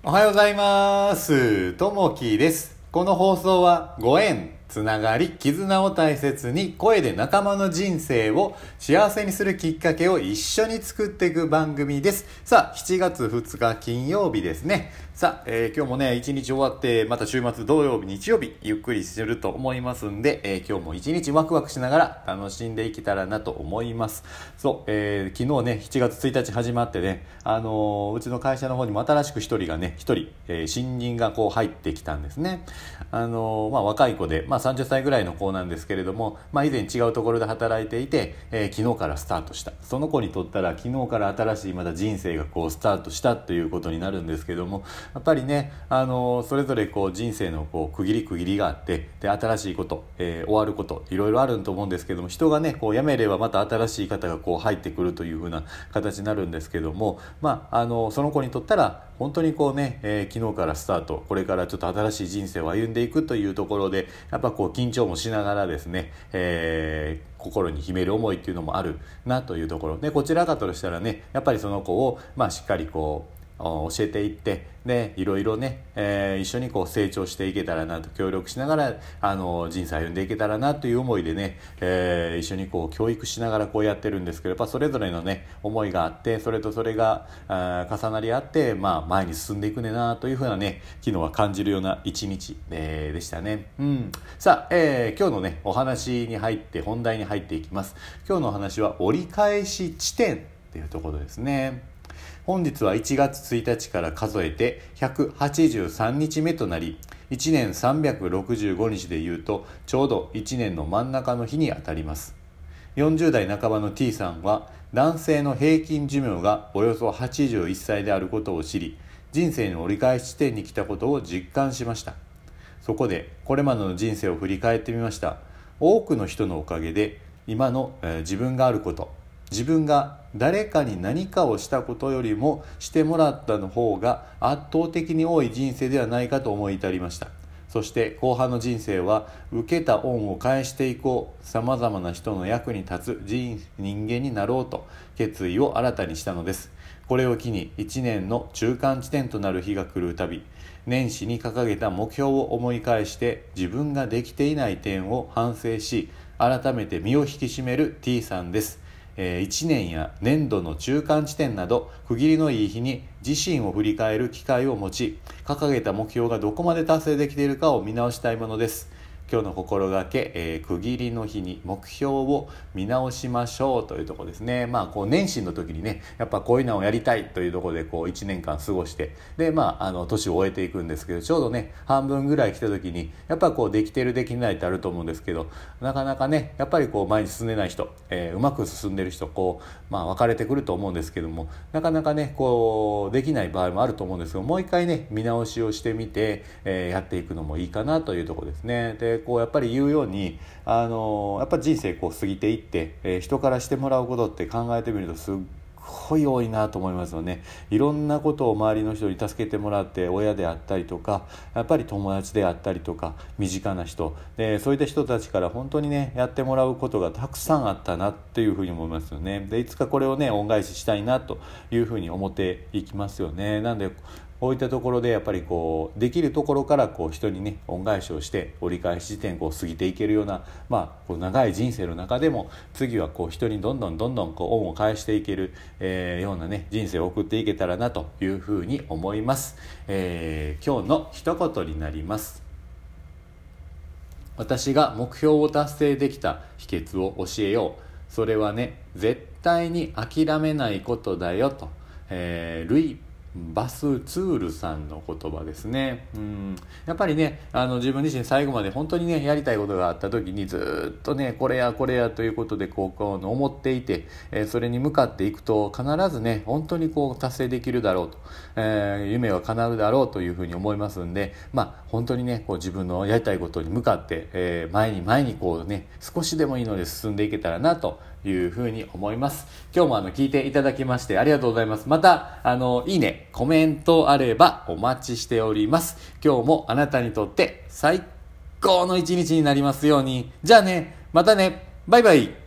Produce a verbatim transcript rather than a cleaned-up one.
おはようございます。ともきです。この放送はご縁、つながり、絆を大切に声で仲間の人生を幸せにするきっかけを一緒に作っていく番組です。さあ、しちがつふつか金曜日ですね。さあ、えー、今日もね、一日終わって、また週末土曜日、日曜日、ゆっくりすると思いますんで、えー、今日も一日ワクワクしながら楽しんでいけたらなと思います。そう、えー、昨日ね、しちがつついたち始まってね、あのー、うちの会社の方にも新しく一人がね、一人、えー、新人がこう入ってきたんですね。あのー、まあ若い子で、まあさんじゅっさいぐらいの子なんですけれども、まあ以前違うところで働いていて、えー、昨日からスタートした。その子にとったら昨日から新しいまた人生がこうスタートしたということになるんですけども、やっぱりね、あのー、それぞれこう人生のこう区切り区切りがあって、で新しいこと、えー、終わることいろいろあると思うんですけども、人がねこう辞めればまた新しい方がこう入ってくるという風な形になるんですけども、まああのー、その子にとったら本当にこうね、えー、昨日からスタート、これからちょっと新しい人生を歩んでいくというところで、やっぱこう緊張もしながらですね、えー、心に秘める思いっていうのもあるなというところで、こちら方としたらね、やっぱりその子をまあしっかりこう教えていって、でいろいろね、えー、一緒にこう成長していけたらなと、協力しながらあの人生歩んでいけたらなという思いでね、えー、一緒にこう教育しながらこうやってるんですけど、やっぱそれぞれのね思いがあって、それとそれがあ重なり合って、まあ、前に進んでいくねなというふうなね、昨日は感じるような一日、えー、でしたね。うん、さあ、えー、今日のねお話に入って本題に入っていきます。今日のお話は折り返し地点っていうところですね。本日はいちがつついたちから数えてひゃくはちじゅうさんにちめとなり、いちねんさんびゃくろくじゅうごにちでいうとちょうどいちねんの真ん中の日にあたります。よんじゅうだいなかばの T さんは男性の平均寿命がおよそはちじゅういっさいであることを知り、人生の折り返し地点に来たことを実感しました。そこでこれまでの人生を振り返ってみました。多くの人のおかげで今の、えー、自分があること、自分が誰かに何かをしたことよりもしてもらったの方が圧倒的に多い人生ではないかと思い至りました。そして後半の人生は受けた恩を返していこう、さまざまな人の役に立つ人間になろうと決意を新たにしたのです。これを機にいちねんの中間地点となる日が来るたび、年始に掲げた目標を思い返して自分ができていない点を反省し、改めて身を引き締める T さんです。いちねんや年度の中間地点など区切りのいい日に自身を振り返る機会を持ち、掲げた目標がどこまで達成できているかを見直したいものです。今日の心がけ、えー、区切りの日に目標を見直しましょうというところですね。まあこう年始の時にね、やっぱこういうのをやりたいというところでこういちねんかん過ごして、でまああの年を終えていくんですけど、ちょうどね半分ぐらい来た時にやっぱこうできてるできないってあると思うんですけど、なかなかねやっぱりこう前に進んでない人、えー、うまく進んでる人、こうまあ分かれてくると思うんですけども、なかなかねこうできない場合もあると思うんですけど、もう一回ね見直しをしてみて、えー、やっていくのもいいかなというところですね。でこうやっぱり言うように、あのやっぱ人生こう過ぎていって、えー、人からしてもらうことって考えてみるとすっごい多いなと思いますよね。いろんなことを周りの人に助けてもらって、親であったりとかやっぱり友達であったりとか身近な人で、そういった人たちから本当にねやってもらうことがたくさんあったなっていうふうに思いますよね。でいつかこれをね恩返ししたいなというふうに思っていきますよね。なんでこういったところでやっぱりこうできるところからこう人にね恩返しをして折り返し地点こう過ぎていけるような、まあこう長い人生の中でも次はこう人にどんどんどんどんこう恩を返していける、えー、ようなね人生を送っていけたらなというふうに思います。えー、今日の一言になります。私が目標を達成できた秘訣を教えよう。それはね絶対に諦めないことだよと、えー、ルイバスツールさんの言葉ですね。うん、やっぱりねあの自分自身最後まで本当にねやりたいことがあった時にずっとねこれやこれやということでこうこう思っていて、えー、それに向かっていくと必ずね本当にこう達成できるだろうと、えー、夢は叶うだろうというふうに思いますんで、まあ本当にねこう自分のやりたいことに向かって、えー、前に前にこうね少しでもいいので進んでいけたらなというふうに思います。今日もあの聞いていただきましてありがとうございます。またあのいいねコメントあればお待ちしております。今日もあなたにとって最高の一日になりますように。じゃあね、またね、バイバイ。